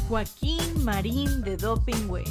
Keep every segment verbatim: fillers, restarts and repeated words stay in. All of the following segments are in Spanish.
Joaquín Marín de Dopingüe.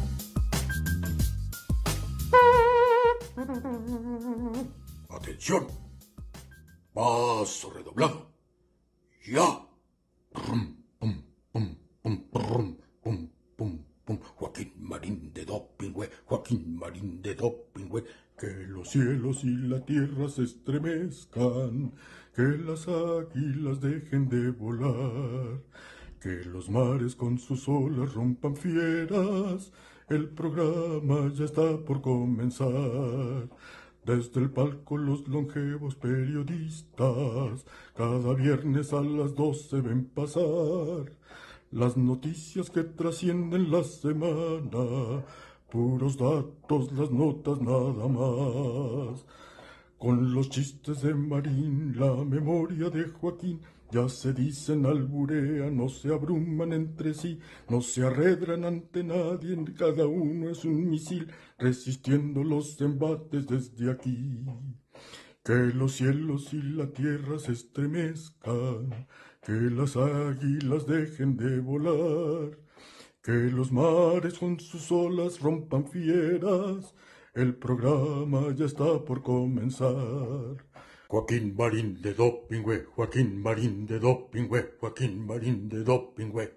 Atención. Paso redoblado. Ya. Pum, pum, pum, pum, pum, pum, pum, pum. Joaquín Marín de Dopingüe, Joaquín Marín de Dopingüe. Que los cielos y la tierra se estremezcan, que las águilas dejen de volar, que los mares con sus olas rompan fieras. El programa ya está por comenzar. Desde el palco los longevos periodistas cada viernes a las doce ven pasar las noticias que trascienden la semana, puros datos, las notas nada más. Con los chistes de Marín, la memoria de Joaquín, ya se dicen, alburean, no se abruman entre sí, no se arredran ante nadie, cada uno es un misil, resistiendo los embates desde aquí. Que los cielos y la tierra se estremezcan, que las águilas dejen de volar, que los mares con sus olas rompan fieras. El programa ya está por comenzar. Joaquín Marín de Dopingüe, Joaquín Marín de Dopingüe, Joaquín Marín de Dopingüe.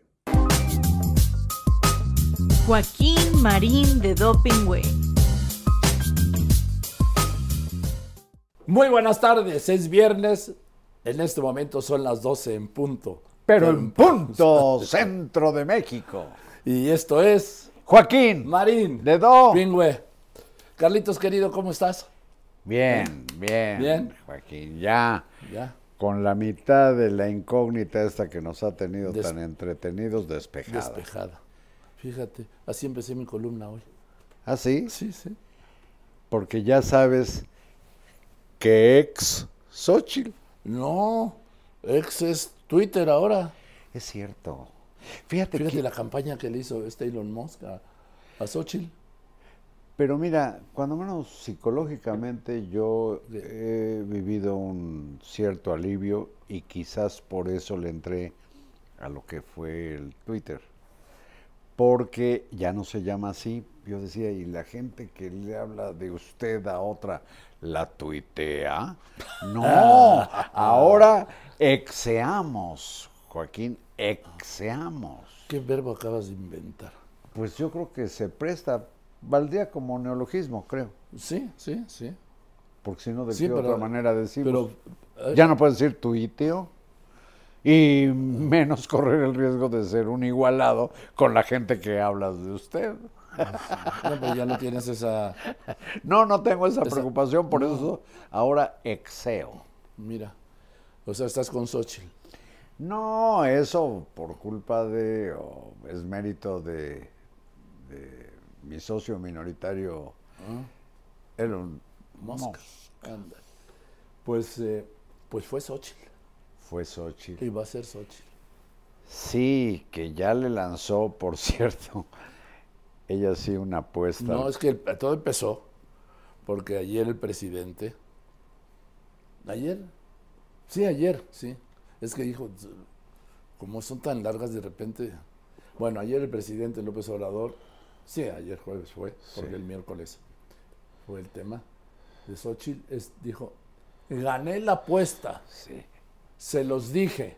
Joaquín Marín de Dopingüe. Muy buenas tardes, es viernes, en este momento son las doce en punto. Pero en punto, centro de México. Y esto es Joaquín Marín de Do. Pingüe. Carlitos, querido, ¿cómo estás? Bien, bien, Bien. Joaquín, ya, Ya, con la mitad de la incógnita esta que nos ha tenido Des- tan entretenidos despejada. despejada. Fíjate, así empecé mi columna hoy. ¿Ah, sí? Sí, sí. Porque ya sabes que ex Xochitl. No, ex es Twitter ahora. Es cierto. Fíjate, Fíjate que... la campaña que le hizo este Elon Musk a, a Xochitl. Pero mira, cuando menos psicológicamente yo he vivido un cierto alivio y quizás por eso le entré a lo que fue el Twitter. Porque ya no se llama así. Yo decía, ¿y la gente que le habla de usted a otra la tuitea? No, ahora exeamos, Joaquín, exeamos. ¿Qué verbo acabas de inventar? Pues yo creo que se presta, valdría como neologismo, creo. Sí, sí, sí. Porque si no, ¿de Sí, qué pero- otra manera decimos? Pero eh, Ya no puedes decir tuiteo y menos correr el riesgo de ser un igualado con la gente que habla de usted. no, pero ya no tienes esa... No, no tengo esa Esa- preocupación, por no. eso ahora exeo. Mira, o sea, estás con Xochitl. No, eso por culpa de, o es mérito de, de mi socio minoritario, Elon Musk. Musk. Anda. Pues, eh, pues fue Xochitl. Fue Xochitl. Y va a ser Xochitl. Sí, que ya le lanzó, por cierto, ella sí una apuesta. No, es que el- todo empezó porque ayer el presidente... ¿Ayer? Sí, ayer, sí. Es que dijo, como son tan largas de repente... Bueno, ayer el presidente López Obrador, sí, ayer jueves fue, porque Sí. el miércoles fue el tema de Xochitl, es, dijo, gané la apuesta, Sí. se los dije.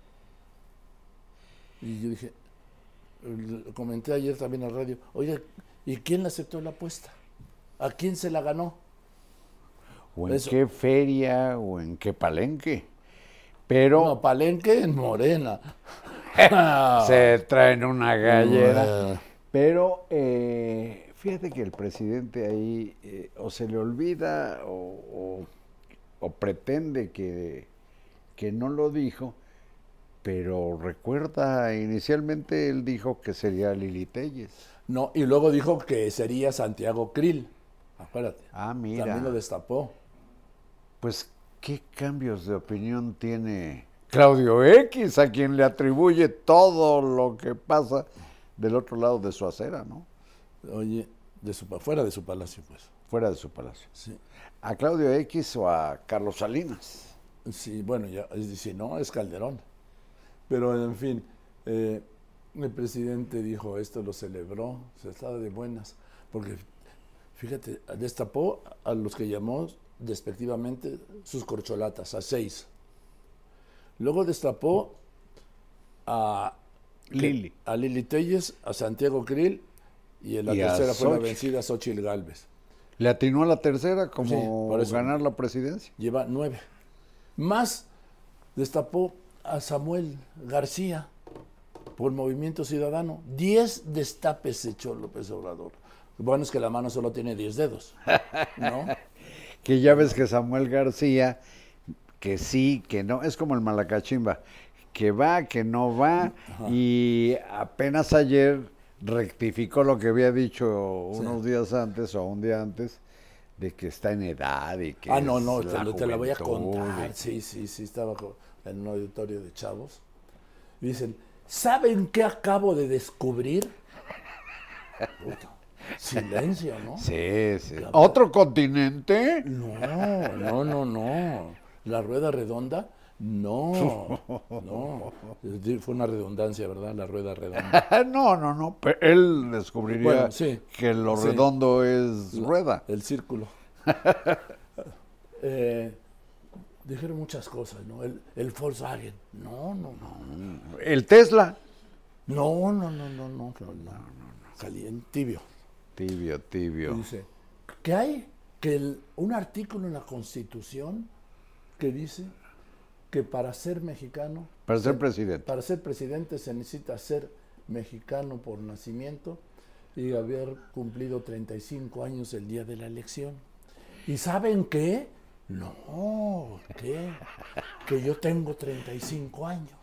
Y yo dije, l- comenté ayer también en la radio, oye, ¿y quién le aceptó la apuesta? ¿A quién se la ganó? O en Eso. qué feria o en qué palenque. Pero No, Palenque en Morena. se traen una gallera. Eh, Pero eh, fíjate que el presidente ahí eh, o se le olvida o, o- o pretende que, que no lo dijo, pero recuerda, inicialmente él dijo que sería Lili Telles. No, y luego dijo que sería Santiago Krill. Acuérdate. Ah, mira. También lo destapó. Pues, ¿qué cambios de opinión tiene Claudio X, a quien le atribuye todo lo que pasa del otro lado de su acera, ¿no? Oye, de su, pa- fuera de su palacio, pues. Fuera de su palacio. Sí. ¿A Claudio X o a Carlos Salinas? Sí, bueno, ya, es- si no, es Calderón. Pero, en fin, eh, el presidente dijo esto, lo celebró, se estaba de buenas, porque fíjate, destapó a los que llamó despectivamente sus corcholatas, a seis. Luego destapó a Lili. a Lili Telles, a Santiago Krill, y en la Y a tercera fue la Xochitl. vencida Xochitl Gálvez. Le atinó a la tercera Sí, como por eso. ganar la presidencia. Lleva nueve. Más destapó a Samuel García por Movimiento Ciudadano. Diez destapes echó López Obrador. Lo bueno es que la mano solo tiene diez dedos, ¿no? Que ya ves que Samuel García, que sí, que no, es como el Malacachimba, que va, que no va, y apenas ayer rectificó lo que había dicho unos Sí. días antes o un día antes, de que está en edad y que Ah, no, es no, te, la lo- te la voy a juventud contar. y- Sí, sí, sí, estaba co- en un auditorio de chavos. Y dicen, ¿saben qué acabo de descubrir? Puta, silencio, ¿no? Sí, sí. ¿Otro continente? No, no, no, no. La rueda redonda, no, no. Fue una redundancia, ¿verdad? La rueda redonda. No, no, no. Pero él descubriría Bueno, sí, que lo sí. redondo es rueda. El círculo. Eh, dijeron muchas cosas, ¿no? El, el Volkswagen, no, no, no. El Tesla. No, no, no, no, no, no, no. Caliente, tibio. Tibio, tibio. Dice, que hay que el- un artículo en la Constitución que dice que para ser mexicano, Para ser presidente. para ser presidente se necesita ser mexicano por nacimiento y haber cumplido treinta y cinco años el día de la elección. ¿Y saben qué? No, ¿qué? Que yo tengo treinta y cinco años.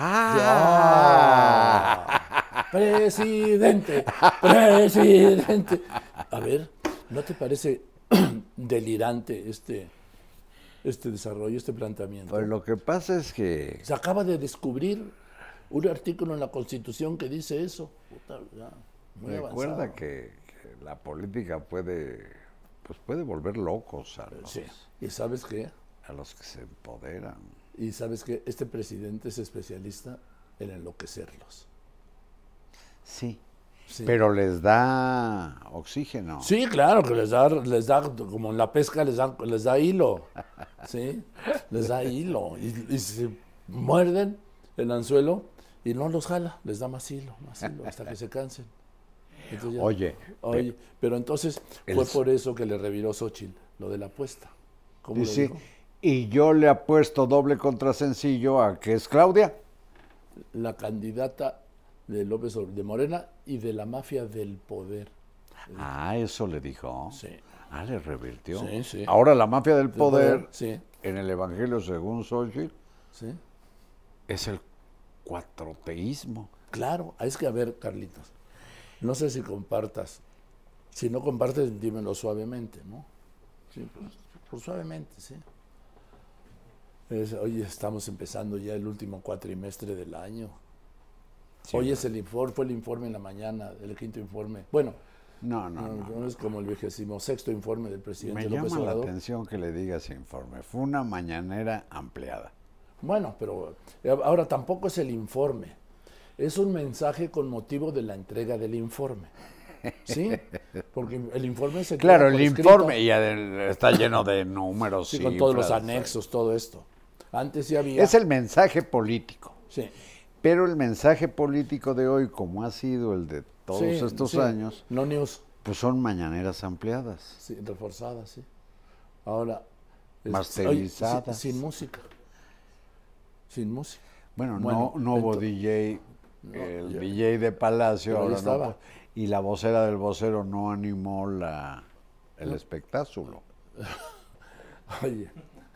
¡Ah! ¡Ya! Presidente, presidente. A ver, ¿no te parece delirante este, este desarrollo, este planteamiento? Pues lo que pasa es que Se acaba de descubrir un artículo en la Constitución que dice eso. Puta, ya, muy recuerda avanzado. que, que la política puede, pues puede volver locos a los, Sí. ¿Y sabes qué? a los que se empoderan. Y sabes que este presidente es especialista en enloquecerlos. Sí. Sí. Pero les da oxígeno. Sí, claro, que les da, les da, como en la pesca, les da, les da hilo. ¿Sí? Les da hilo. Y, y se muerden el anzuelo y no los jala, les da más hilo, más hilo, hasta que se cansen. Entonces ya- Oye, Oye, pero entonces el fue s- por eso que le reviró Xochitl, lo de la apuesta. ¿Cómo lo dice, dijo? y yo le apuesto doble contra sencillo a que es Claudia. La candidata de López Obrador, de Morena y de la mafia del poder. Ah, eso le dijo. Sí. Ah, le revirtió. Sí, sí. Ahora la mafia del Del poder, Sí, en el Evangelio según Xochitl, sí. es el cuatroteísmo. Claro, es que a ver, Carlitos, no sé si compartas. Si no compartes, dímelo suavemente, ¿no? Sí, pues, pues suavemente, sí. Es- hoy estamos empezando ya el último cuatrimestre del año. Sí, Hoy es el informe, fue el informe en la mañana, el quinto informe. Bueno, No, no, no, no. no es como el vigésimo sexto informe del presidente Me López llama la Obrador. atención que le diga ese informe. Fue una mañanera ampliada. Bueno, pero eh, ahora tampoco es el informe. Es un mensaje con motivo de la entrega del informe. ¿Sí? Porque el informe se Claro, entrega el por escrito. informe ya del- está lleno de números. Sí, con todos los cifras. anexos, todo esto. Antes sí había. Es el mensaje político. Sí, Pero el mensaje político de hoy, como ha sido el de todos sí, estos sí. años, No news, pues son mañaneras ampliadas. sí, reforzadas, sí. Ahora. es- Masterizadas. oye, sin, sin música. Sin música. Bueno, Bueno, no, no hubo ento- D J, No, el ya- D J de Palacio, pero ahí ahora no estaba. fue. Y la vocera del vocero no animó la, el espectáculo. Oye,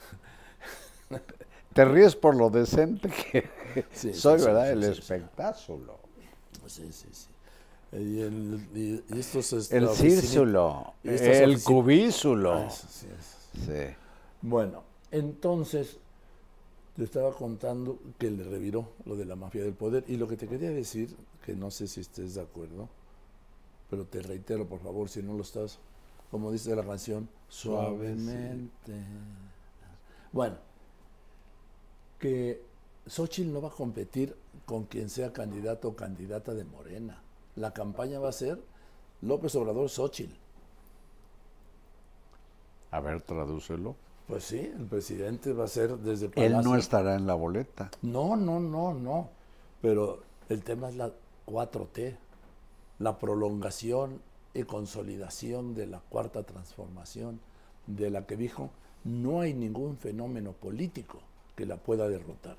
Te ríes por lo decente que Sí, soy, sí, sí, ¿verdad? sí, el sí, sí. espectáculo. sí, sí, sí. Y, el, y, y estos. es El la oficina- círculo, y estas el oficina- cubículo. Ah, eso sí, eso sí. Sí. Bueno, entonces te estaba contando que le reviró lo de la mafia del poder y lo que te quería decir, que no sé si estés de acuerdo, pero te reitero por favor, si no lo estás, como dice la canción, suavemente. Bueno, que Xóchitl no va a competir con quien sea candidato o candidata de Morena. La campaña va a ser López Obrador Xóchitl. A ver, tradúcelo. Pues sí, el presidente va a ser desde Palacio. Él no estará en la boleta. No, no, no, no. Pero el tema es la cuatro T, la prolongación y consolidación de la cuarta transformación, de la que dijo, no hay ningún fenómeno político que la pueda derrotar.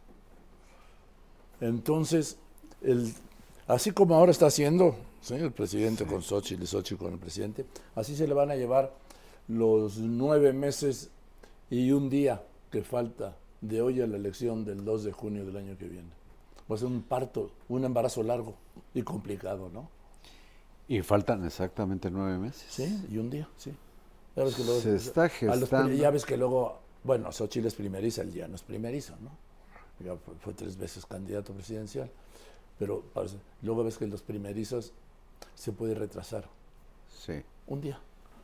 Entonces, el, así como ahora está haciendo, ¿sí?, el presidente sí. con Xóchitl y Xóchitl con el presidente, así se le van a llevar los nueve meses y un día que falta de hoy a la elección del dos de junio del año que viene. Va a ser un parto, un embarazo largo y complicado, ¿no? Y faltan exactamente nueve meses. Sí, y un día, sí. Ya ves que luego, se está gestando. Los, ya ves que luego, bueno, Xóchitl es primeriza, él ya no es primerizo, ¿no? Ya fue, fue tres veces candidato presidencial, pero parece, luego ves que los primerizos se puede retrasar. Sí. Un día.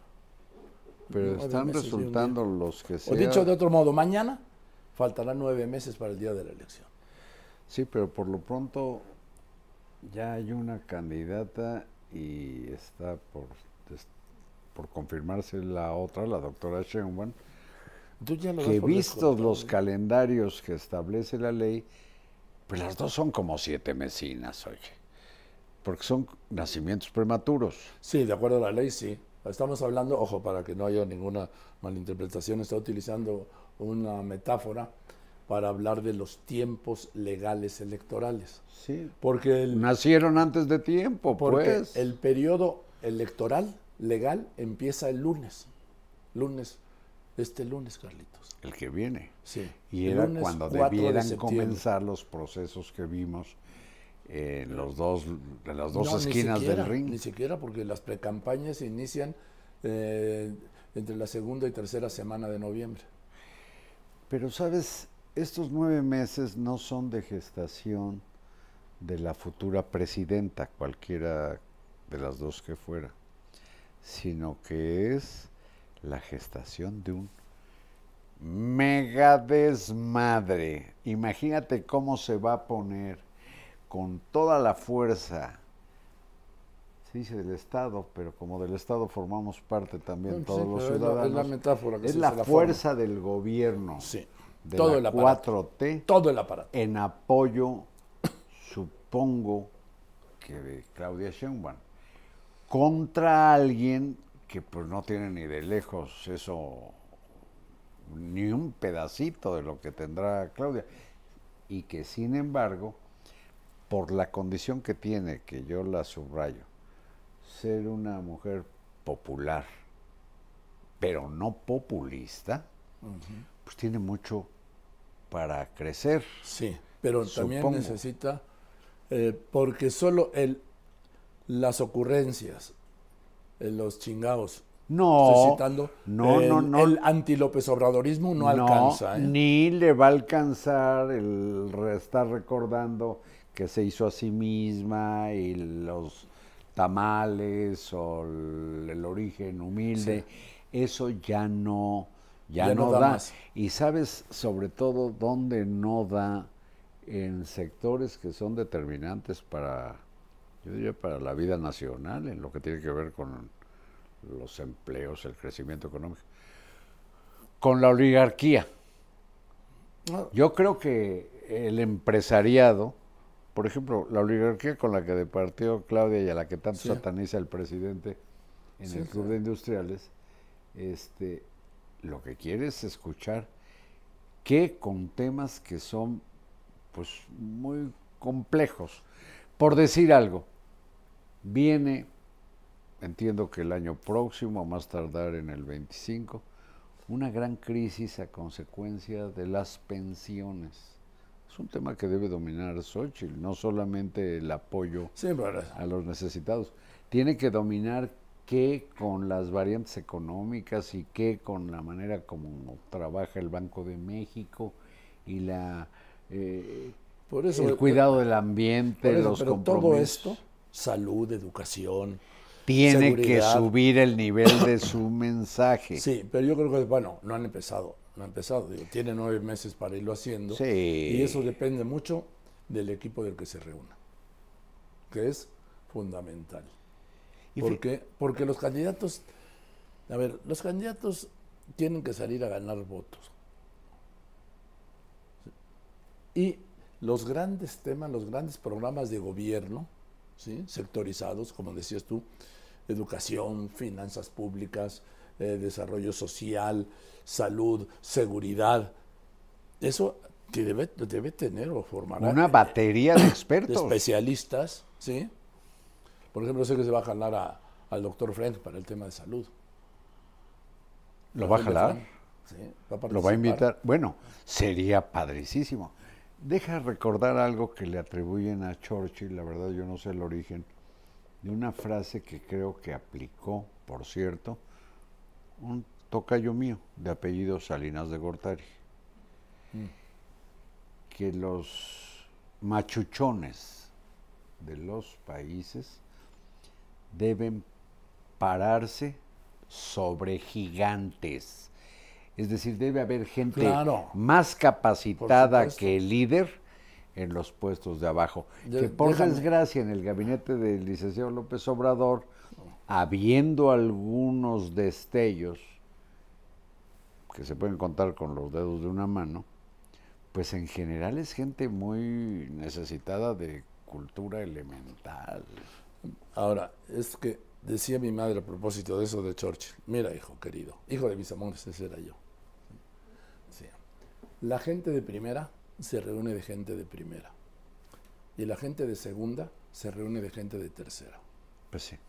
Pero nueve están resultando los que sea... O dicho de otro modo, mañana faltarán nueve meses para el día de la elección. Sí, pero por lo pronto ya hay una candidata y está por, por confirmarse la otra, la doctora Sheinbaum, que vistos los calendarios que establece la ley, pues las dos son como siete mesinas, oye, porque son nacimientos prematuros. Sí, de acuerdo a la ley, sí. Estamos hablando, ojo, para que no haya ninguna malinterpretación, está utilizando una metáfora para hablar de los tiempos legales electorales. Sí, porque el, nacieron antes de tiempo, porque pues. el periodo electoral legal empieza el lunes. Lunes, este lunes, Carlitos. El que viene. Sí. Y era cuando debieran de comenzar los procesos que vimos en los dos, en las dos no, esquinas siquiera, del ring. Ni siquiera, porque las precampañas se inician eh, entre la segunda y tercera semana de noviembre. Pero, ¿sabes? Estos nueve meses no son de gestación de la futura presidenta, cualquiera de las dos que fuera, sino que es la gestación de un mega desmadre. Imagínate cómo se va a poner con toda la fuerza, se dice del Estado, pero como del Estado formamos parte también sí, todos los ciudadanos. Es la, es la metáfora. Que es la, la fuerza forma. del gobierno. Sí. De todo la el aparato, cuatro T, todo el aparato. En apoyo, supongo, que de Claudia Sheinbaum, contra alguien que pues no tiene ni de lejos eso, ni un pedacito de lo que tendrá Claudia, y que sin embargo, por la condición que tiene, que yo la subrayo, ser una mujer popular, pero no populista, uh-huh. pues tiene mucho para crecer. Sí, pero supongo. También necesita, eh, porque solo el, las ocurrencias, eh, los chingados, no, estoy citando, no, el, no, no. el anti-López Obradorismo no, no alcanza. ¿eh? Ni le va a alcanzar el estar recordando que se hizo a sí misma y los tamales o el, el origen humilde, sí. Eso ya no... Ya, ya no, no da, da. Y sabes sobre todo dónde no da, en sectores que son determinantes para, yo diría, para la vida nacional, en lo que tiene que ver con los empleos, el crecimiento económico, con la oligarquía. No. Yo creo que el empresariado, por ejemplo, la oligarquía con la que departió Claudia y a la que tanto sí. sataniza el presidente en sí, el Club sí. de Industriales, este... lo que quiere es escuchar que con temas que son pues muy complejos. Por decir algo, viene, entiendo que el año próximo, a más tardar en el veinticinco, una gran crisis a consecuencia de las pensiones. Es un tema que debe dominar Xóchitl, no solamente el apoyo sí, a los necesitados. Tiene que dominar qué con las variantes económicas y qué con la manera como trabaja el Banco de México y la eh, Por eso, el cuidado del ambiente, eso, los pero compromisos. Todo esto, salud, educación, tiene seguridad. que subir el nivel de su mensaje. Sí, pero yo creo que, bueno, no han empezado. no ha empezado, digo, tiene nueve meses para irlo haciendo. Sí. Y eso depende mucho del equipo del que se reúna, que es fundamental. Y ¿Por fi- qué? Porque los candidatos, a ver, los candidatos tienen que salir a ganar votos. Y los grandes temas, los grandes programas de gobierno, ¿sí? Sectorizados, como decías tú, educación, finanzas públicas, eh, desarrollo social, salud, seguridad, eso que debe, debe tener o formará Una batería de de expertos. especialistas, ¿sí? Por ejemplo, sé que se va a jalar a- al doctor Frank para el tema de salud. ¿Lo va a Rafael de jalar? Frank, sí, va a ¿Lo va a participar. invitar? Bueno, sería padricísimo. Deja recordar algo que le atribuyen a Churchill, la verdad yo no sé el origen, de una frase que creo que aplicó, por cierto, un tocayo mío, de apellido Salinas de Gortari, que los machuchones de los países deben pararse sobre gigantes. Es decir, debe haber gente Claro. más capacitada supuesto. que el líder en los puestos de abajo. De- que por déjame- desgracia en el gabinete del licenciado López Obrador, habiendo algunos destellos que se pueden contar con los dedos de una mano, pues en general es gente muy necesitada de cultura elemental. Ahora, es que decía mi madre a propósito de eso de Churchill, mira hijo querido, hijo de mis amores, ese era yo. Decía, la gente de primera se reúne de gente de primera y la gente de segunda se reúne de gente de tercera. Pues sí.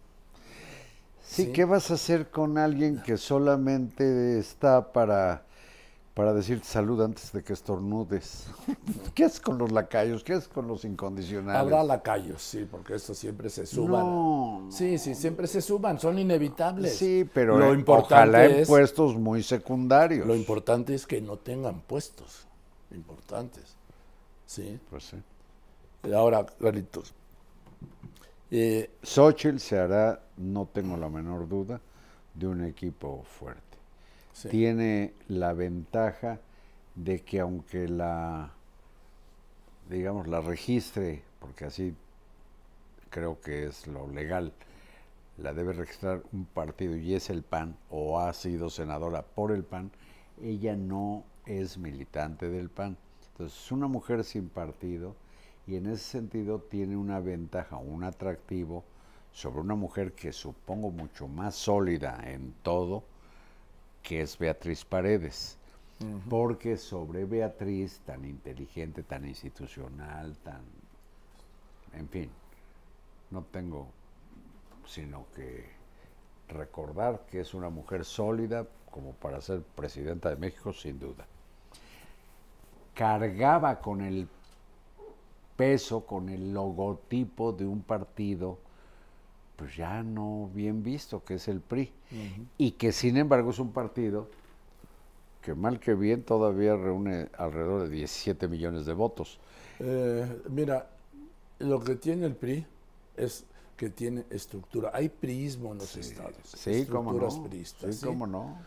Sí, Sí. ¿qué vas a hacer con alguien que solamente está para, para decirte salud antes de que estornudes? ¿Qué haces con los lacayos? ¿Qué haces con los incondicionales? Habrá lacayos, sí, porque estos siempre se suban. No, Sí, sí, siempre se suban, son inevitables. Sí, pero lo eh, importante ojalá en es, puestos muy secundarios. lo importante es que no tengan puestos importantes. Sí. Pues sí. Ahora, Carlitos, eh, Xochitl se hará, no tengo la menor duda, de un equipo fuerte. sí. Tiene la ventaja de que aunque la, digamos, la registre, porque así creo que es lo legal, la debe registrar un partido y es el P A N, o ha sido senadora por el P A N, ella no es militante del P A N. Entonces es una mujer sin partido y en ese sentido tiene una ventaja, un atractivo sobre una mujer que supongo mucho más sólida en todo, que es Beatriz Paredes. Uh-huh. Porque sobre Beatriz, tan inteligente, tan institucional, tan... En fin, no tengo sino que recordar que es una mujer sólida como para ser presidenta de México, sin duda. Cargaba con el peso, con el logotipo de un partido, pues ya no bien visto, que es el P R I, uh-huh. Y que sin embargo es un partido que mal que bien todavía reúne alrededor de diecisiete millones de votos. Eh, mira, lo que tiene el P R I es que tiene estructura. Hay priismo en los sí, estados. Sí, cómo no. Priistas, sí, ¿sí? cómo no.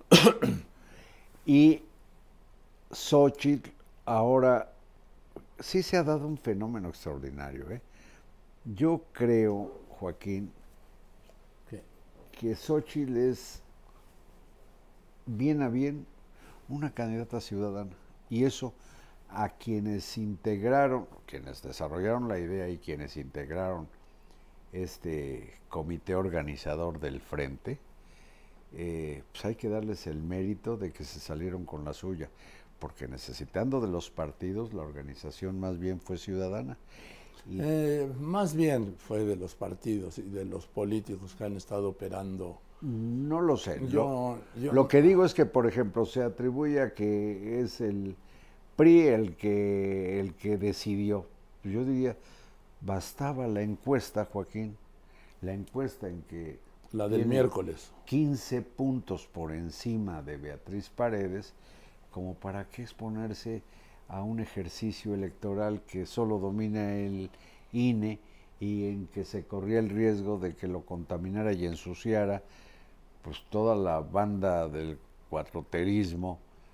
Y Xochitl ahora sí se ha dado un fenómeno extraordinario, ¿eh? Yo creo, Joaquín, ¿Qué? que Xochitl es bien a bien una candidata ciudadana. Y eso a quienes integraron, quienes desarrollaron la idea y quienes integraron este comité organizador del Frente, eh, pues hay que darles el mérito de que se salieron con la suya, porque necesitando de los partidos, la organización más bien fue ciudadana. Y eh, más bien fue de los partidos y de los políticos que han estado operando. No lo sé. Yo, lo, yo, lo que digo es que, por ejemplo, se atribuye a que es el P R I el que, el que decidió. Yo diría, bastaba la encuesta, Joaquín, la encuesta en que... La del miércoles. quince puntos por encima de Beatriz Paredes, como para qué exponerse a un ejercicio electoral que solo domina el I N E y en que se corría el riesgo de que lo contaminara y ensuciara pues toda la banda del cuatroterismo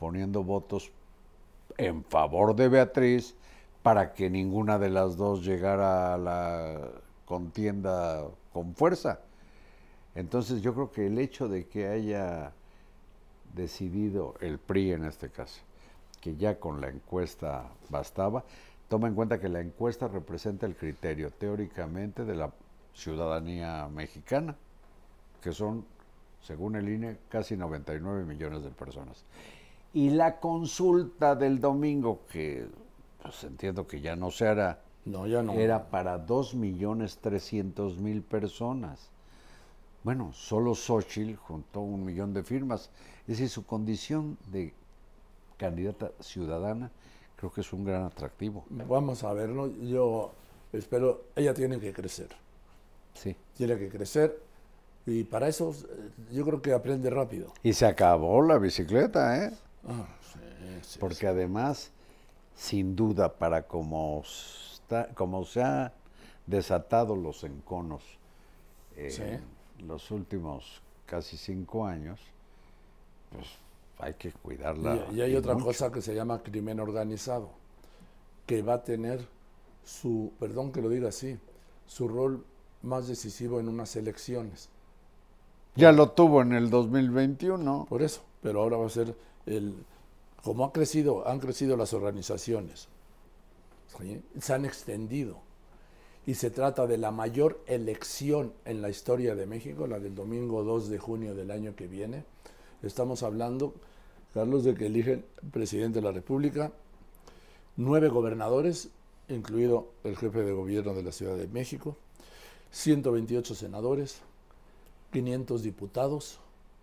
poniendo votos en favor de Beatriz para que ninguna de las dos llegara a la contienda con fuerza. Entonces yo creo que el hecho de que haya decidido el P R I en este caso, que ya con la encuesta bastaba, toma en cuenta que la encuesta representa el criterio teóricamente de la ciudadanía mexicana, que son, según el I N E, casi noventa y nueve millones de personas. Y la consulta del domingo, que pues entiendo que ya no se hará, No, ya no. era para dos millones trescientos mil personas. Bueno, solo Xóchitl juntó un millón de firmas. Es decir, su condición de candidata ciudadana creo que es un gran atractivo. Vamos a verlo. Yo espero, ella tiene que crecer. Sí. Tiene que crecer y para eso yo creo que aprende rápido. Y se acabó la bicicleta, ¿eh? Ah, sí, sí, Porque sí. además, sin duda, para como, está, como se han desatado los enconos en Sí. los últimos casi cinco años, pues hay que cuidarla. Y, y hay y otra mucho. cosa que se llama crimen organizado, que va a tener su, perdón que lo diga así, su rol más decisivo en unas elecciones. Ya lo tuvo en el dos mil veintiuno. Por eso, pero ahora va a ser el, como ha crecido, han crecido las organizaciones, ¿sí? Se han extendido y se trata de la mayor elección en la historia de México, la del domingo dos de junio del año que viene. Estamos hablando, Carlos, de que eligen presidente de la República, nueve gobernadores, incluido el jefe de gobierno de la Ciudad de México, ciento veintiocho senadores, quinientos diputados,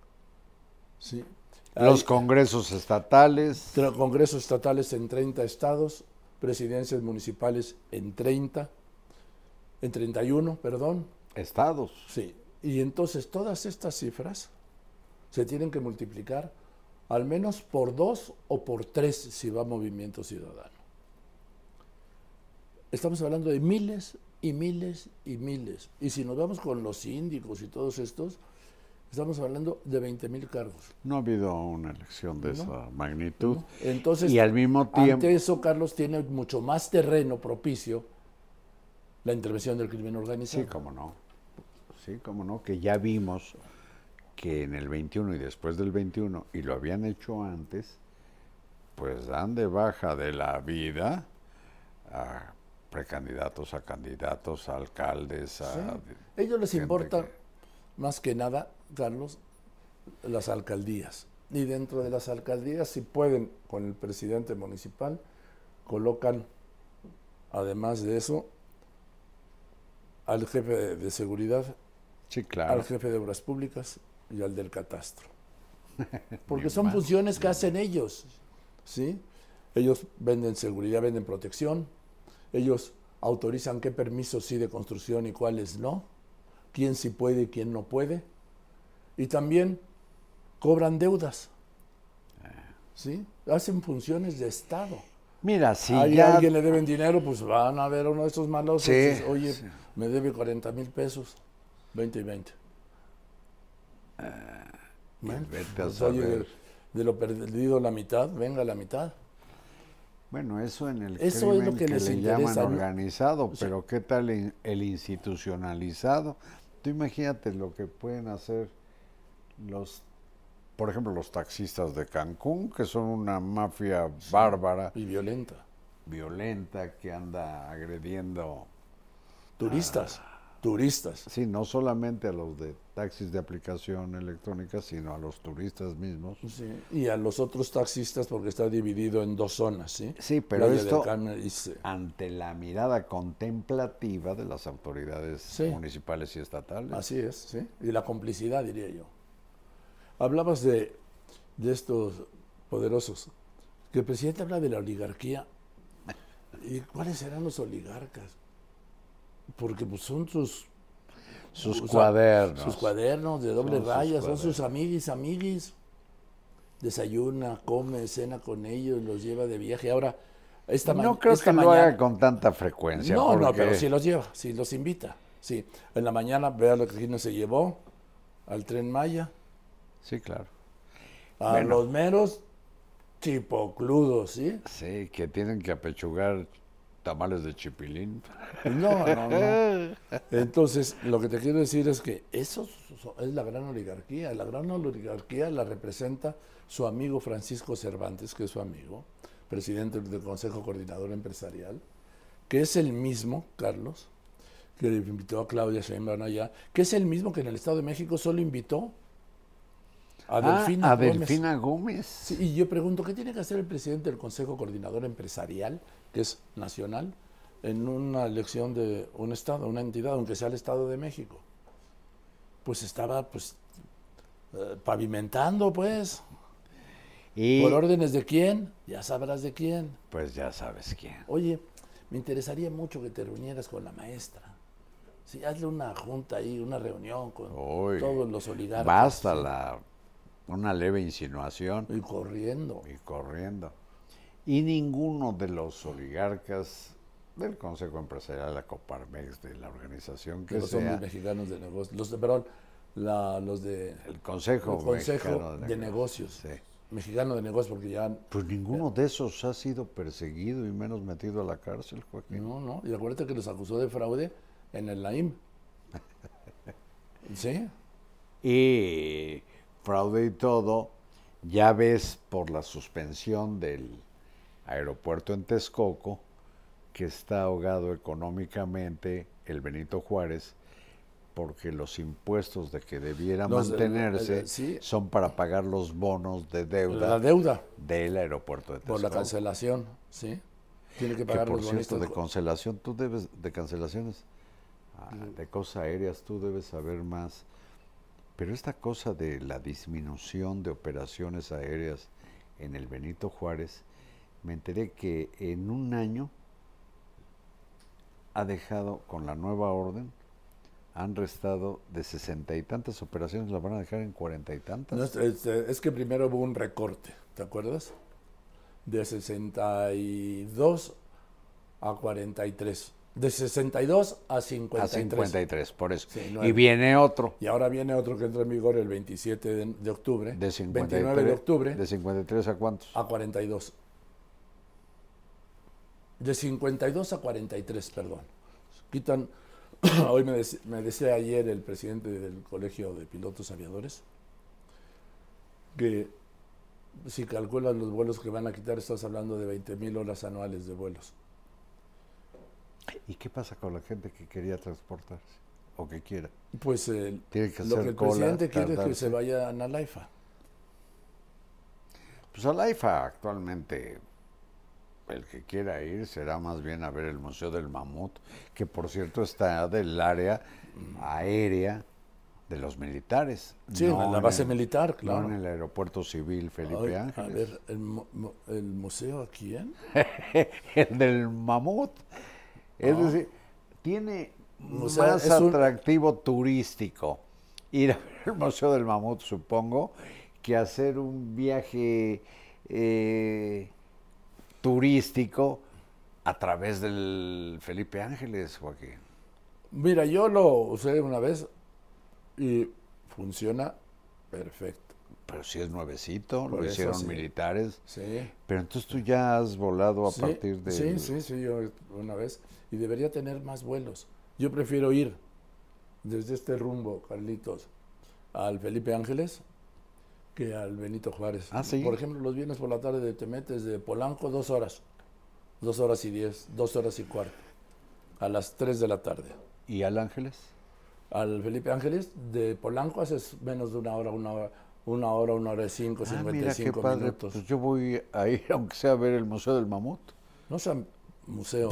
¿sí? Los Hay congresos estatales. tra- congresos estatales en treinta estados, presidencias municipales en treinta, en treinta y uno, perdón, Estados. sí. Y entonces todas estas cifras se tienen que multiplicar al menos por dos o por tres si va Movimiento Ciudadano. Estamos hablando de miles y miles y miles. Y si nos vamos con los síndicos y todos estos, estamos hablando de veinte mil cargos. No ha habido una elección de No, esa magnitud. ¿no? Entonces, Y al mismo tiempo, ante eso, Carlos, tiene mucho más terreno propicio la intervención del crimen organizado. sí, cómo no. Sí, cómo no, que ya vimos que en el veintiuno y después del veintiuno, y lo habían hecho antes, pues dan de baja de la vida a precandidatos, a candidatos, a alcaldes, a... Sí. A ellos les gente importa que- más que nada, Carlos, las alcaldías. Y dentro de las alcaldías, si pueden, con el presidente municipal, colocan, además de eso, al jefe de, de seguridad, Sí, claro. al jefe de obras públicas y al del catastro. Porque Ni son más, funciones que ni hacen ellos, ¿sí? Ellos venden seguridad, venden protección, ellos autorizan qué permisos sí de construcción y cuáles no, quién sí puede y quién no puede, y también cobran deudas, ¿sí? Hacen funciones de Estado. Mira, si a ya... alguien le deben dinero, pues van a ver a uno de estos malos, Sí, oye, sí. me debe cuarenta mil pesos, veinte y veinte. Bueno, vete a pues, oye, saber. de, de lo perdido la mitad, venga la mitad. Bueno, eso en el Eso es crimen lo que les le interesa, llaman ¿no? organizado, Sí. pero ¿qué tal in- el institucionalizado? Tú imagínate lo que pueden hacer los, por ejemplo, los taxistas de Cancún, que son una mafia bárbara, Y violenta. violenta, que anda agrediendo, Turistas, Ah. turistas. sí, no solamente a los de taxis de aplicación electrónica, sino a los turistas mismos. Sí, y a los otros taxistas porque está dividido en dos zonas, ¿sí? Sí, pero Playa del esto Carmen y se- ante la mirada contemplativa de las autoridades Sí. municipales y estatales. Así es, ¿sí? Y la complicidad, diría yo. Hablabas de, de estos poderosos. Que el presidente habla de la oligarquía. ¿Y cuáles serán los oligarcas? Porque pues, son sus... Sus o sea, cuadernos. Sus cuadernos de doble Son sus raya, son cuadernos. sus amiguis, amiguis. Desayuna, come, cena con ellos, los lleva de viaje. Ahora, esta ma- No creo esta que lo mañana- haga con tanta frecuencia. No, no, porque- pero sí los lleva, sí los invita. Sí, en la mañana vea lo que no se llevó al Tren Maya, Sí, claro. a Bueno. los meros chipocludos, ¿sí? Sí, que tienen que apechugar tamales de chipilín. No, no, no. Entonces, lo que te quiero decir es que eso es la gran oligarquía. La gran oligarquía la representa su amigo Francisco Cervantes, que es su amigo, presidente del Consejo Coordinador Empresarial, que es el mismo, Carlos, que invitó a Claudia Sheinbaum allá, que es el mismo que en el Estado de México solo invitó a Delfina ah, a Gómez. Delfina Gómez. Sí, y yo pregunto, ¿qué tiene que hacer el presidente del Consejo Coordinador Empresarial, que es nacional, en una elección de un Estado, una entidad, aunque sea el Estado de México? Pues estaba pues eh, pavimentando, pues. Y, ¿Por órdenes de quién? Ya sabrás de quién. Pues ya sabes quién. Oye, me interesaría mucho que te reunieras con la maestra. Sí, hazle una junta ahí, una reunión con Uy, todos los oligarcas. Basta sí. la una leve insinuación. Y corriendo. Y corriendo. Y ninguno de los oligarcas del Consejo Empresarial, la Coparmex, de la organización que Que los sea, hombres mexicanos de negocios. Los de, perdón, la, los de... el Consejo, el Consejo Mexicano de Negocios. Sí. Mexicano de negocios, porque ya... Pues ninguno de esos ha sido perseguido y menos metido a la cárcel, Joaquín. No, no. Y acuérdate que los acusó de fraude en el Naim. ¿Sí? Y fraude y todo, ya ves por la suspensión del aeropuerto en Texcoco, que está ahogado económicamente el Benito Juárez, porque los impuestos de que debiera Los, mantenerse eh, eh, sí. son para pagar los bonos de deuda, La deuda del aeropuerto de Texcoco. por la cancelación, ¿sí? Tiene que Que pagar por los cierto, bonistas. de cancelación, tú debes, de cancelaciones, ah, de cosas aéreas, tú debes saber más. Pero esta cosa de la disminución de operaciones aéreas en el Benito Juárez, me enteré que en un año ha dejado, con la nueva orden, han restado de sesenta y tantas operaciones, las van a dejar en cuarenta y tantas. No, es, es, es que primero hubo un recorte, ¿te acuerdas? De sesenta y dos a cuarenta y tres. De sesenta y dos a cincuenta y tres. A cincuenta y tres, por eso. Sí, y viene otro. Y ahora viene otro que entra en vigor el veintisiete de, de octubre. De cincuenta y tres, veintinueve de octubre. ¿De cincuenta y tres a cuántos? A cuarenta y dos. De cincuenta y dos a cuarenta y tres, perdón. Quitan... Hoy me, dec, me decía ayer el presidente del Colegio de Pilotos Aviadores que si calculas los vuelos que van a quitar, estás hablando de veinte mil horas anuales de vuelos. ¿Y qué pasa con la gente que quería transportarse o que quiera? Pues eh, Tiene que lo hacer que el cola, presidente quiere es que tardarse. se vayan a la AIFA. Pues a la AIFA actualmente el que quiera ir será más bien a ver el Museo del Mamut, que por cierto está del área aérea de los militares. Sí, no en la base el, militar, claro. No en el aeropuerto civil Felipe Ay, Ángeles. A ver, ¿el, el museo a quién? El del Mamut. Es Ah. decir, tiene O sea, más es un- atractivo turístico ir a ver el Museo del Mamut, supongo, que hacer un viaje eh, turístico a través del Felipe Ángeles, Joaquín. Mira, yo lo usé una vez y funciona perfecto. Pero si es nuevecito, Por lo eso hicieron sí. militares. Sí. Pero entonces tú ya has volado a Sí, partir de... Sí, sí, sí, yo una vez. Y debería tener más vuelos. Yo prefiero ir desde este rumbo, Carlitos, al Felipe Ángeles que al Benito Juárez. Ah, ¿sí? Por ejemplo, los viernes por la tarde te metes de Polanco dos horas. Dos horas y diez, dos horas y cuarto. A las tres de la tarde. ¿Y al Ángeles? Al Felipe Ángeles, de Polanco haces menos de una hora, una hora, una hora, una hora y cinco, Ah, cincuenta y mira qué cinco padre. minutos. Pues yo voy a ir, aunque sea a ver el Museo del Mamut. No sea museo.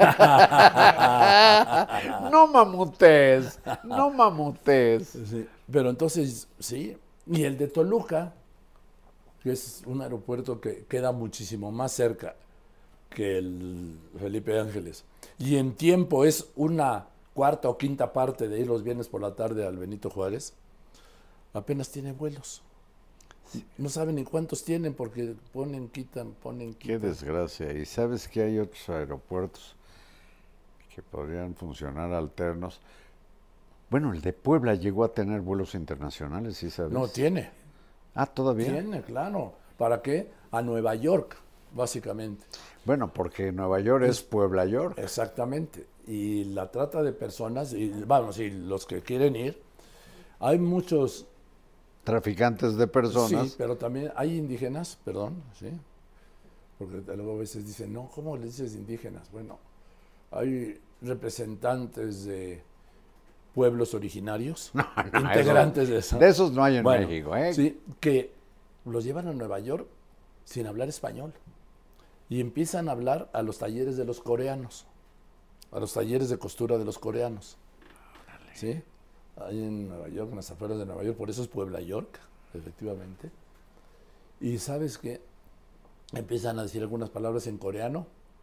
No mamutes, no mamutes. Sí, pero entonces, sí. Y el de Toluca, que es un aeropuerto que queda muchísimo más cerca que el Felipe Ángeles. Y en tiempo es una cuarta o quinta parte de ir los viernes por la tarde al Benito Juárez. Apenas tiene vuelos. No saben ni cuántos tienen porque ponen, quitan, ponen, Qué quitan. desgracia. Y sabes que hay otros aeropuertos que podrían funcionar alternos. Bueno, el de Puebla llegó a tener vuelos internacionales, ¿sí sabes? No, tiene. Ah, todavía. Tiene, claro. ¿Para qué? A Nueva York, básicamente. Bueno, porque Nueva York es Puebla York. Exactamente. Y la trata de personas, y vamos, y los que quieren ir, hay muchos... Traficantes de personas. Sí, pero también hay indígenas, perdón, ¿sí? Porque luego a veces dicen, no, ¿cómo le dices indígenas? Bueno, hay representantes de pueblos originarios, No, no, integrantes eso- de eso. de esos no hay en Bueno, México, ¿eh? Sí, que los llevan a Nueva York sin hablar español y empiezan a hablar a los talleres de los coreanos, a los talleres de costura de los coreanos. ¿Sí? Ahí en Nueva York, en las afueras de Nueva York, por eso es Puebla York, efectivamente. Y sabes que empiezan a decir algunas palabras en coreano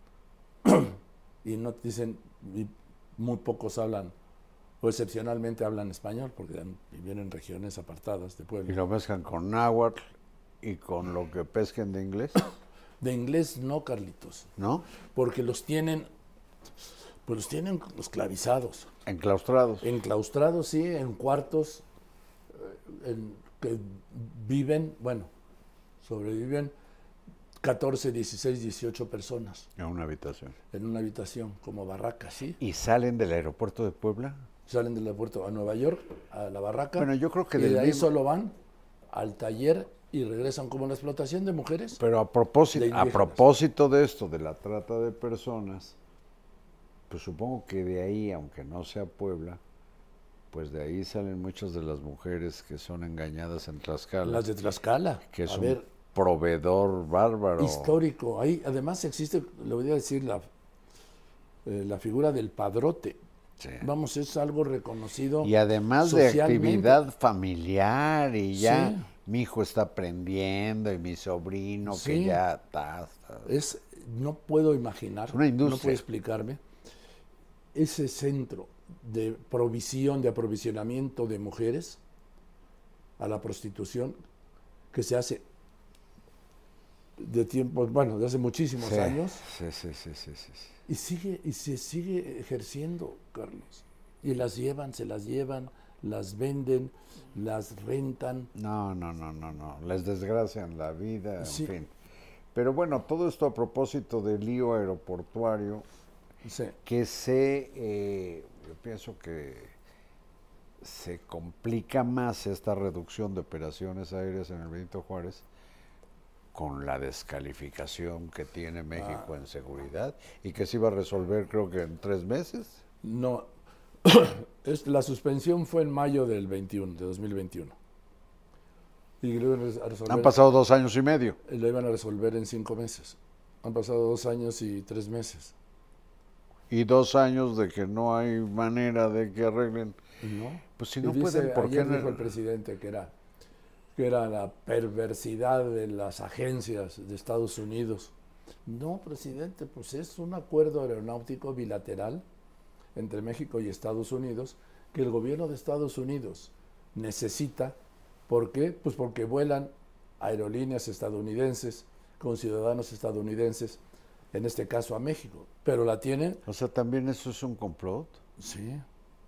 y no dicen, y muy pocos hablan, o excepcionalmente hablan español, porque han- viven en regiones apartadas de Y Puebla. lo mezclan con náhuatl y con lo que pesquen de inglés, De inglés no, Carlitos, ¿no? porque los tienen, pues los tienen esclavizados, Enclaustrados. enclaustrados, sí, en cuartos, eh, en que viven, bueno, sobreviven catorce, dieciséis, dieciocho personas En una habitación. en una habitación, como barracas, ¿sí? ¿Y salen del aeropuerto de Puebla? Salen del aeropuerto a Nueva York, a la barraca, Bueno, yo creo que y del de ahí mismo- solo van al taller y regresan como la explotación de mujeres. Pero a propósito, De a indígenas. propósito de esto, de la trata de personas, pues supongo que de ahí, aunque no sea Puebla, pues de ahí salen muchas de las mujeres que son engañadas en Tlaxcala, Las de Tlaxcala, que es a un ver, proveedor bárbaro. histórico. Ahí además existe, le voy a decir, la, eh, la figura del padrote. Sí. Vamos, es algo reconocido. Y además de socialmente. actividad familiar y ya Sí. mi hijo está aprendiendo y mi sobrino que Sí. ya está, está- Es, no puedo imaginar, Es una industria. no puedo explicarme, ese centro de provisión, de aprovisionamiento de mujeres a la prostitución que se hace de tiempos, bueno, de hace muchísimos Sí, años sí, sí, sí, sí, sí, sí. y sigue y se sigue ejerciendo, Carlos. Y las llevan, se las llevan, las venden, las rentan. No, no, no, no, no. Les desgracian la vida, en Sí. fin. Pero bueno, todo esto a propósito del lío aeroportuario, Sí. que se, eh, yo pienso que se complica más esta reducción de operaciones aéreas en el Benito Juárez con la descalificación que tiene México Ah. en seguridad y que se iba a resolver creo que en tres meses. No, es, la suspensión fue en mayo del veintiuno, de dos mil veintiuno. Y lo iban a resolver, Han pasado dos años y medio. lo iban a resolver en cinco meses. Han pasado dos años y tres meses. Y dos años de que no hay manera de que arreglen. ¿No? Pues si Y no dice, pueden, ¿por qué ayer no? dijo el presidente que era, que era la perversidad de las agencias de Estados Unidos. No, presidente, pues es un acuerdo aeronáutico bilateral entre México y Estados Unidos que el gobierno de Estados Unidos necesita. ¿Por qué? Pues porque vuelan aerolíneas estadounidenses con ciudadanos estadounidenses, en este caso a México. Pero la tienen, O sea, también eso es un complot. sí.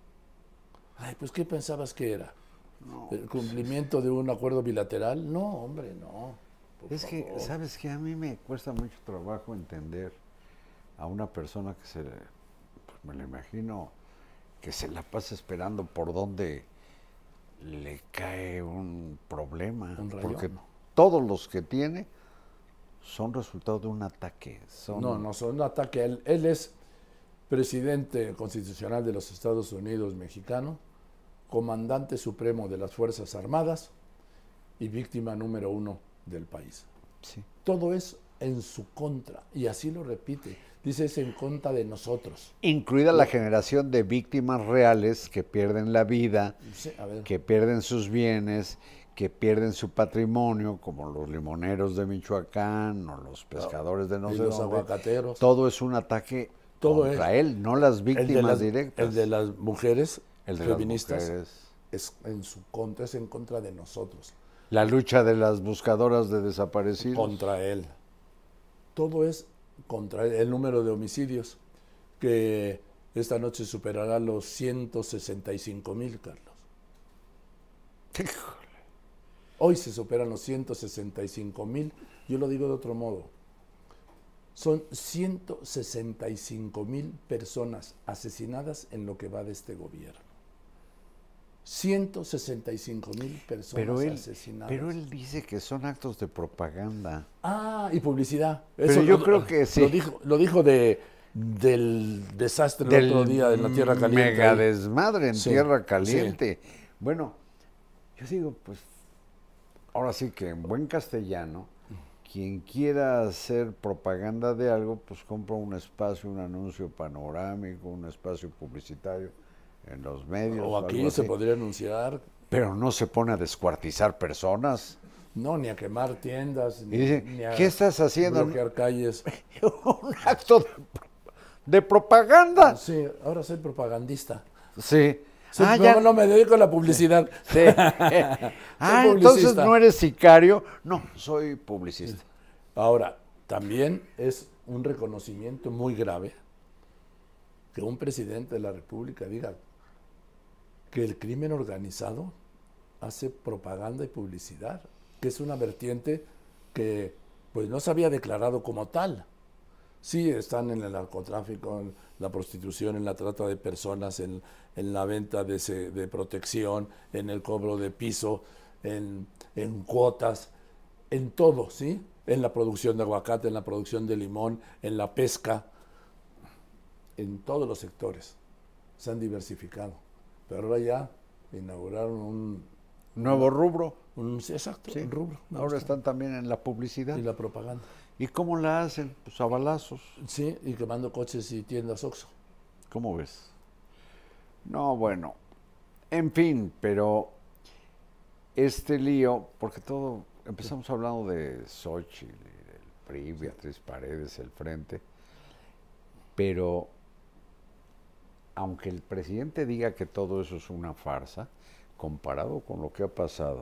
Ay, pues ¿qué pensabas que era? ¿El cumplimiento de un acuerdo bilateral? No, hombre, no. por Es que, favor. ¿sabes qué? A mí me cuesta mucho trabajo entender a una persona que se, pues me la imagino, que se la pasa esperando por dónde le cae un problema. Un rayón. Porque todos los que tiene son resultado de un ataque. Son, No, no son un ataque. Él, él es presidente constitucional de los Estados Unidos mexicano, comandante supremo de las Fuerzas Armadas y víctima número uno del país. Sí. Todo es en su contra, y así lo repite. Dice, es en contra de nosotros. Incluida la generación de víctimas reales que pierden la vida, Sí, a ver, que pierden sus bienes, que pierden su patrimonio, como los limoneros de Michoacán o los pescadores de no y sé los dónde. aguacateros. Todo es un ataque Todo contra es. él, no las El víctimas de las, directas. el de las mujeres El de las feministas mujeres. es en su contra, es en contra de nosotros. La lucha de las buscadoras de desaparecidos. Contra él. Todo es contra él. El número de homicidios que esta noche superará los ciento sesenta y cinco mil, Carlos. Híjole. Hoy se superan los ciento sesenta y cinco mil. Yo lo digo de otro modo. Son ciento sesenta y cinco mil personas asesinadas en lo que va de este gobierno. ciento sesenta y cinco mil personas Pero él, asesinadas. pero él dice que son actos de propaganda. Ah, y publicidad. Pero Eso yo lo, creo que sí. Lo dijo, lo dijo de, del desastre el Del otro día en la Tierra Caliente. Mega ahí. desmadre en Sí, Tierra Caliente. Bueno, yo digo, pues, ahora sí que en buen castellano, quien quiera hacer propaganda de algo, pues compra un espacio, un anuncio panorámico, un espacio publicitario en los medios. O aquí algo se así. podría anunciar, Pero no se pone a descuartizar personas. no, ni a quemar tiendas, Y ni, dice, ni a ¿qué estás haciendo? bloquear calles. Un acto de, de propaganda. Sí, ahora soy propagandista. Sí. Sí, ah, no, ya. no me dedico a la publicidad. Sí. ah, entonces publicista. no eres sicario. No, soy publicista. Ahora, también es un reconocimiento muy grave que un presidente de la República diga que el crimen organizado hace propaganda y publicidad, que es una vertiente que pues no se había declarado como tal. Sí, están en el narcotráfico, en la prostitución, en la trata de personas, en, en la venta de, se, de protección, en el cobro de piso, en, en cuotas, en todo, ¿sí? En la producción de aguacate, en la producción de limón, en la pesca, en todos los sectores. Se han diversificado. Pero ahora ya inauguraron un... Nuevo rubro. un sí, exacto, Sí. un rubro. me Ahora gusta. están también en la publicidad. Y la propaganda. ¿Y cómo la hacen? Pues a balazos. Sí, y quemando coches y tiendas Oxxo. ¿Cómo ves? No, bueno. En fin, pero este lío, porque todo, empezamos hablando de Xochitl, el P R I, Beatriz Paredes, el Frente, pero aunque el presidente diga que todo eso es una farsa, comparado con lo que ha pasado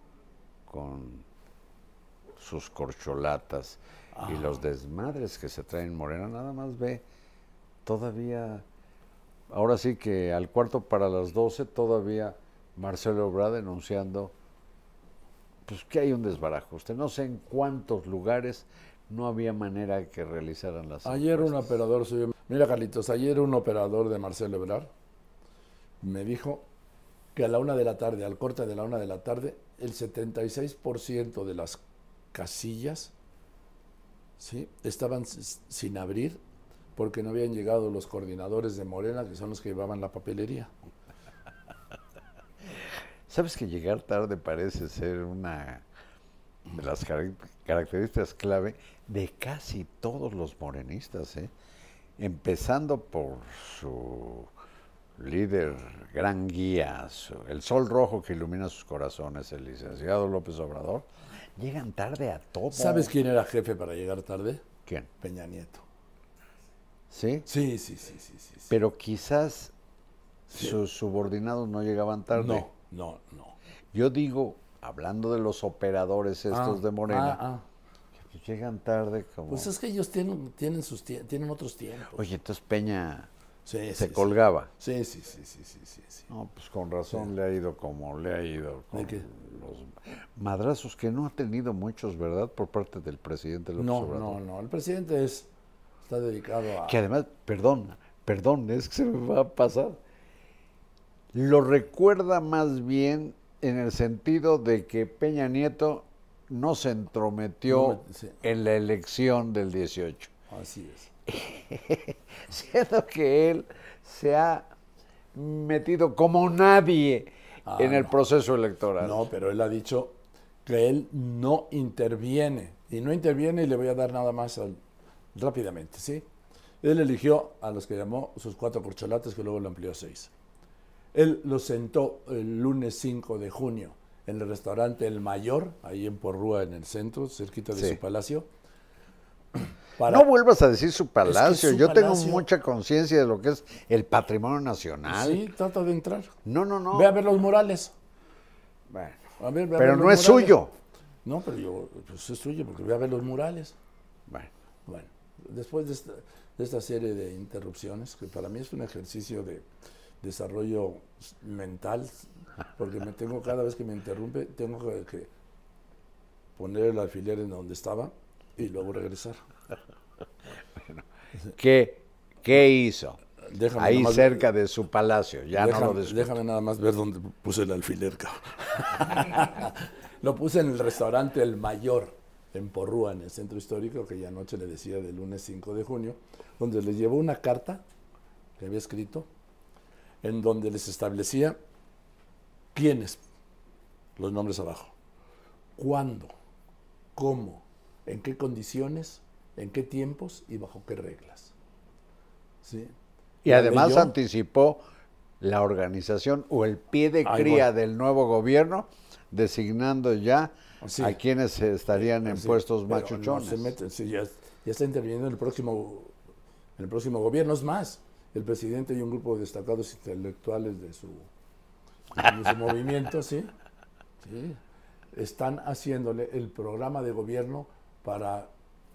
con sus corcholatas ah. y los desmadres que se traen en Morena, nada más ve todavía, ahora sí que al cuarto para las doce, todavía Marcelo Ebrard denunciando pues que hay un desbarajuste. No sé en cuántos lugares no había manera de que realizaran las Ayer encuestas. un operador suyo, mira Carlitos, ayer un operador de Marcelo Ebrard me dijo que a la una de la tarde, al corte de la una de la tarde, el setenta y seis por ciento de las casillas, ¿sí?, estaban sin abrir porque no habían llegado los coordinadores de Morena, que son los que llevaban la papelería. ¿Sabes que llegar tarde parece ser una de las car características clave de casi todos los morenistas, ¿eh? Empezando por su líder, gran guía, su, el sol rojo que ilumina sus corazones, el licenciado López Obrador, llegan tarde a todo. ¿Sabes quién era jefe para llegar tarde? ¿Quién? Peña Nieto. ¿Sí? Sí, sí, sí, sí, sí. sí. Pero quizás sí. sus subordinados no llegaban tarde. No, no, no. Yo digo, hablando de los operadores estos ah, de Morena, ah, ah. que pues llegan tarde como... Pues es que ellos tienen, tienen, sus tienen otros tiempos. Oye, entonces Peña sí, se sí, colgaba. Sí, sí, sí, sí, sí, sí, sí. No, pues con razón sí. le ha ido como le ha ido. Con ¿De qué? Los madrazos que no ha tenido muchos, ¿verdad? Por parte del presidente López no, Obrador. No, no, el presidente es, está dedicado a... Que además, perdón, perdón, es que se me va a pasar. Lo recuerda más bien en el sentido de que Peña Nieto no se entrometió No me, sí. en la elección del dieciocho. Así es. Siendo que él se ha metido como nadie ah, en el no. proceso electoral. No, pero él ha dicho que él no interviene. Y no interviene, y le voy a dar nada más al, rápidamente, ¿sí? Él eligió a los que llamó sus cuatro corcholates, que luego lo amplió a seis. Él los sentó el lunes cinco de junio en el restaurante El Mayor, ahí en Porrúa, en el centro, cerquita de sí. su palacio. Para... No vuelvas a decir su palacio. Es que su Yo palacio... tengo mucha conciencia de lo que es el patrimonio nacional. Sí, trata de entrar. No, no, no. Ve a ver los murales. Bueno, a ver, ve a pero ver no los es murales. suyo. No, pero yo, pues es suyo, porque voy a ver los murales. Bueno, bueno después de esta, de esta serie de interrupciones, que para mí es un ejercicio de desarrollo mental, porque me tengo, cada vez que me interrumpe, tengo que, que poner el alfiler en donde estaba y luego regresar. ¿Qué, qué hizo? Déjame Ahí nomás- cerca de su palacio, ya déjame, no lo discuto. déjame nada más ver dónde puse el alfiler, cabrón. Lo puse en el restaurante El Mayor, en Porrúa, en el centro histórico, que ya anoche le decía del lunes cinco de junio, donde les llevó una carta que había escrito, en donde les establecía quiénes, los nombres abajo, cuándo, cómo, en qué condiciones, en qué tiempos y bajo qué reglas. ¿Sí? Y La además leyó. anticipó la organización o el pie de Ahí cría voy. del nuevo gobierno, designando ya Sí. a quienes estarían en Sí, puestos pero machuchones. no se meten, sí, ya, ya está interviniendo en el próximo, en el próximo gobierno. Es más, el presidente y un grupo de destacados intelectuales de su, de su movimiento, ¿sí? Sí, están haciéndole el programa de gobierno para,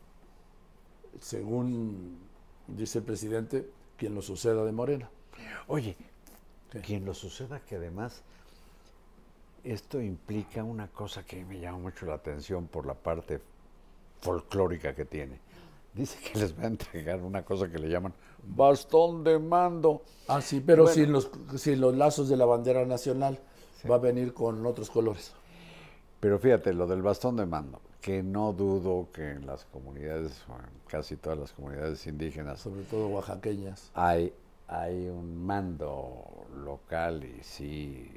según dice el presidente, quien lo suceda de Morena. Oye, ¿Qué? quien lo suceda que además esto implica una cosa que me llama mucho la atención por la parte folclórica que tiene. Dice que les va a entregar una cosa que le llaman bastón de mando. Ah, sí, pero Bueno. sin, los, sin los lazos de la bandera nacional, va a venir con otros colores. Pero fíjate, lo del bastón de mando, que no dudo que en las comunidades, o en casi todas las comunidades indígenas, Sobre todo oaxaqueñas. hay, hay un mando local y sí,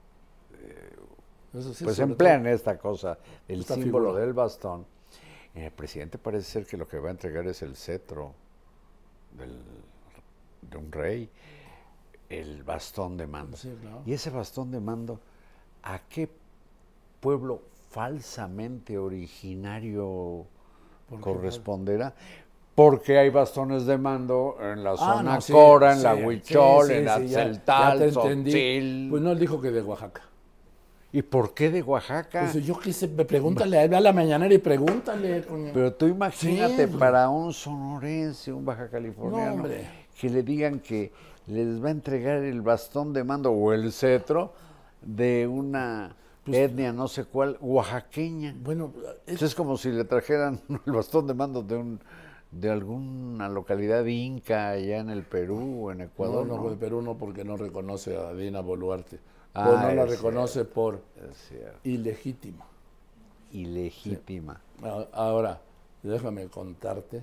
Eso sí, pues sobre emplean todo- esta cosa, el esta símbolo figura. del bastón. El presidente parece ser que lo que va a entregar es el cetro del- de un rey, el bastón de mando. Sí, claro. Y ese bastón de mando, ¿a qué pueblo falsamente originario ¿Por qué corresponderá? Porque hay bastones de mando en la Ah, zona no, sí, Cora, en sí, la sí, Huichol, sí, en la sí, ya- Celtal, ya te entendí. Tzotzil. Pues no dijo que de Oaxaca. ¿Y por qué de Oaxaca? Pues yo qué sé, pregúntale, habla a la mañanera y pregúntale. Coño. Pero tú imagínate Sí, para un sonorense, un baja californiano, No, hombre. que le digan que les va a entregar el bastón de mando o el cetro de una Pues etnia no sé cuál, oaxaqueña. Bueno, es- Eso es como si le trajeran el bastón de mando de un de alguna localidad inca allá en el Perú o en no, Ecuador. no, ¿no? de Perú no, porque no reconoce a Dina Boluarte. Ah, o no la es reconoce por Es cierto. ilegítima. Ilegítima. A- Ahora, déjame contarte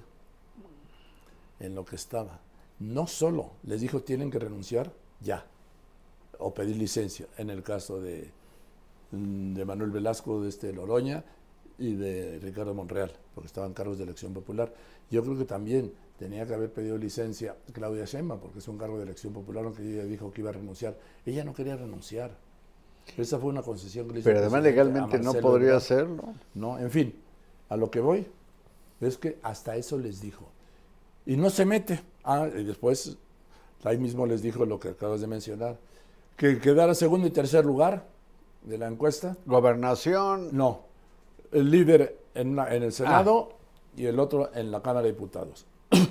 en lo que estaba. No solo les dijo tienen que renunciar ya o pedir licencia, en el caso de, de Manuel Velasco, de este Loroña y de Ricardo Monreal, porque estaban cargos de elección popular. Yo creo que también tenía que haber pedido licencia Claudia Sheinbaum, porque es un cargo de elección popular, aunque ella dijo que iba a renunciar. Ella no quería renunciar. Esa fue una concesión que le hizo Pero el además presidente a legalmente no Marcelo podría Ebrard. hacerlo. No, en fin, a lo que voy es que hasta eso les dijo. Y no se mete. Ah, y después ahí mismo les dijo lo que acabas de mencionar, que quedara segundo y tercer lugar de la encuesta. Gobernación. No, el líder en, la- en el Senado y el otro en la Cámara de Diputados.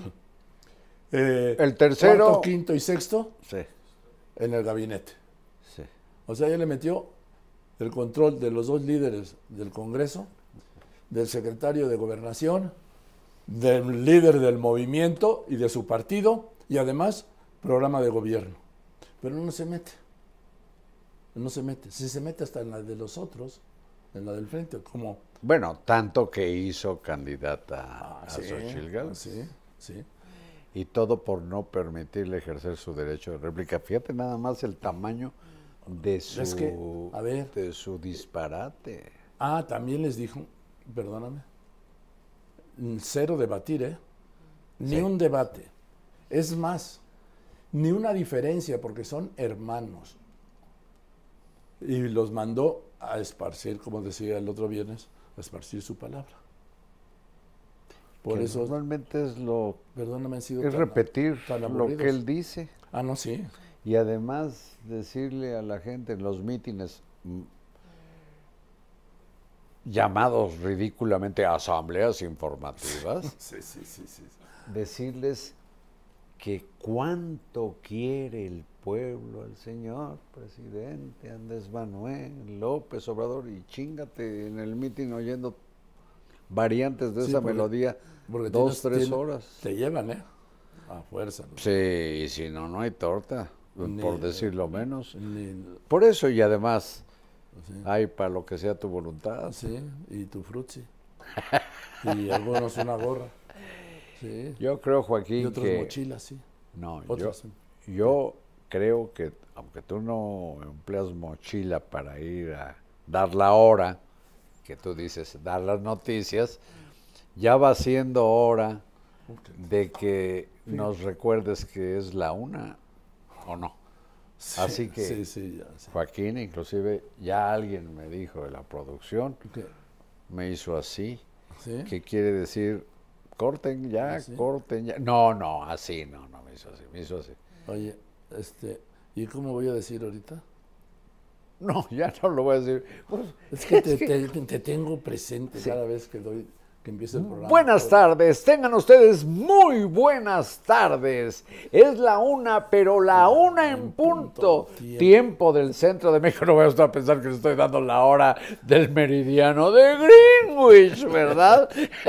Eh, El tercero- cuarto, quinto y sexto Sí, en el gabinete. sí. O sea, ya le metió el control de los dos líderes del Congreso, del secretario de Gobernación, del líder del movimiento y de su partido, y además programa de gobierno. Pero no se mete. No se mete. Si se mete hasta en la de los otros, en la del frente, como... Bueno, tanto que hizo candidata Ah, a sí, Xochitl Gálvez. sí, sí. Y todo por no permitirle ejercer su derecho de réplica. Fíjate nada más el tamaño de su, Es que, a ver. de su disparate. Ah, también les dijo, perdóname, mm, cero debatir, ¿eh? Ni Sí. un debate. Es más, ni una diferencia, porque son hermanos. Y los mandó a esparcir, como decía el otro viernes, a esparcir su palabra. Por Que eso, normalmente es lo perdóname, han sido es tan- repetir tan lo aburridos. que él dice Ah, no, sí. y además decirle a la gente en los mítines mm, llamados ridículamente asambleas informativas, Sí, sí, sí, sí. decirles que cuánto quiere el pueblo al señor presidente Andrés Manuel López Obrador, y chingate en el mitin oyendo variantes de Sí, esa porque- melodía Porque dos, tienes- tres tienes- horas. Te llevan, ¿eh? A fuerza. ¿no? Sí, y si no, no hay torta, Ni- por decirlo menos. Ni- Por eso, y además, sí. hay para lo que sea tu voluntad. Sí, y tu frutzi. Y algunos una gorra. Sí. Yo creo, Joaquín, Y otros que... mochilas, sí. No, yo, Otros. yo creo que, aunque tú no empleas mochila para ir a dar la hora, que tú dices dar las noticias, ya va siendo hora de que nos recuerdes que es la una, ¿o no? Sí, Así que, Sí, sí, ya. Sí. Joaquín, inclusive, ya alguien me dijo de la producción, ¿Qué? me hizo así, ¿Sí? que quiere decir, corten ya, ¿Así? corten ya. No, no, así, no, no, me hizo así, me hizo así. Oye, este, ¿y cómo voy a decir ahorita? No, ya no lo voy a decir. Pues, Es que te, es que- te- te tengo presente cada vez que doy, que empieza el programa. Buenas tardes, tengan ustedes muy buenas tardes. Es la una, pero la una en punto. Tiempo. Tiempo del centro de México. No voy a estar a pensar que le estoy dando la hora del meridiano de Greenwich, ¿verdad?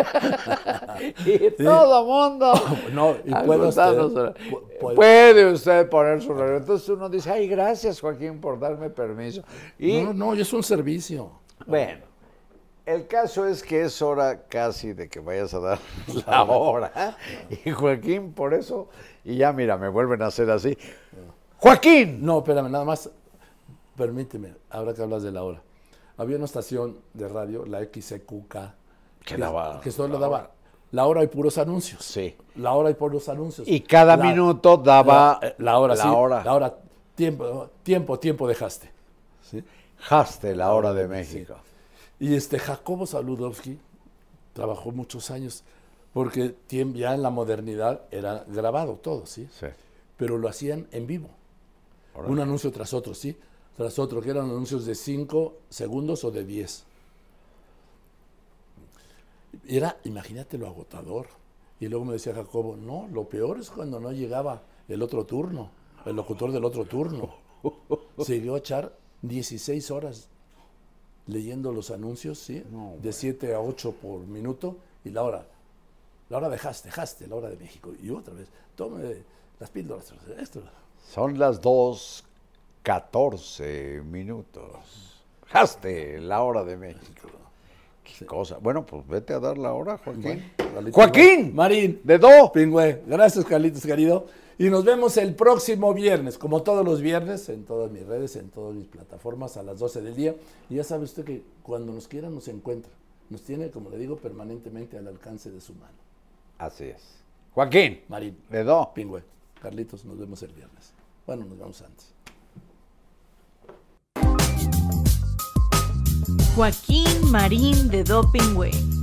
Y todo mundo. No, y puedo usted- acostándose. pu- puede- Puede usted poner su reloj. Entonces uno dice, ay, gracias, Joaquín, por darme permiso. Y No, no, es un servicio. bueno, el caso es que es hora casi de que vayas a dar la hora. Y Joaquín, por eso, y ya mira, me vuelven a hacer así. Joaquín. No, espérame, nada más, permíteme, ahora que hablas de la hora. Había una estación de radio, la X C Q K, Que daba que solo la daba hora. la hora y puros anuncios. Sí. La hora y puros anuncios. Y cada La- minuto daba la, eh, la hora, la sí, hora. la hora, tiempo, tiempo, tiempo dejaste. ¿Sí? Jaste la hora de México. Y este Jacobo Saludowski trabajó muchos años, porque tiem- ya en la modernidad era grabado todo, ¿sí? Sí. Pero lo hacían en vivo. Órale. Un anuncio tras otro, ¿sí? Tras otro, que eran anuncios de cinco segundos o de diez. Era, imagínate lo agotador. Y luego me decía Jacobo, no, lo peor es cuando no llegaba el otro turno, el locutor del otro turno. Se llegó a echar dieciséis horas leyendo los anuncios, ¿sí? No, de siete a ocho por minuto, y la hora, la hora de Haste, Haste, la hora de México. Y otra vez, tome las píldoras, esto. Son las dos catorce minutos. Jaste la hora de México. Qué cosa. Bueno, pues vete a dar la hora, Joaquín. Carlitos, Joaquín. Marín. De do. Pingüe. Gracias, Carlitos, querido. Y nos vemos el próximo viernes, como todos los viernes, en todas mis redes, en todas mis plataformas, a las doce del día. Y ya sabe usted que cuando nos quiera nos encuentra. Nos tiene, como le digo, permanentemente al alcance de su mano. Así es. Joaquín. Marín. De do. Pingüe. Carlitos, nos vemos el viernes. Bueno, nos vemos antes. Joaquín Marín de Dopingüe.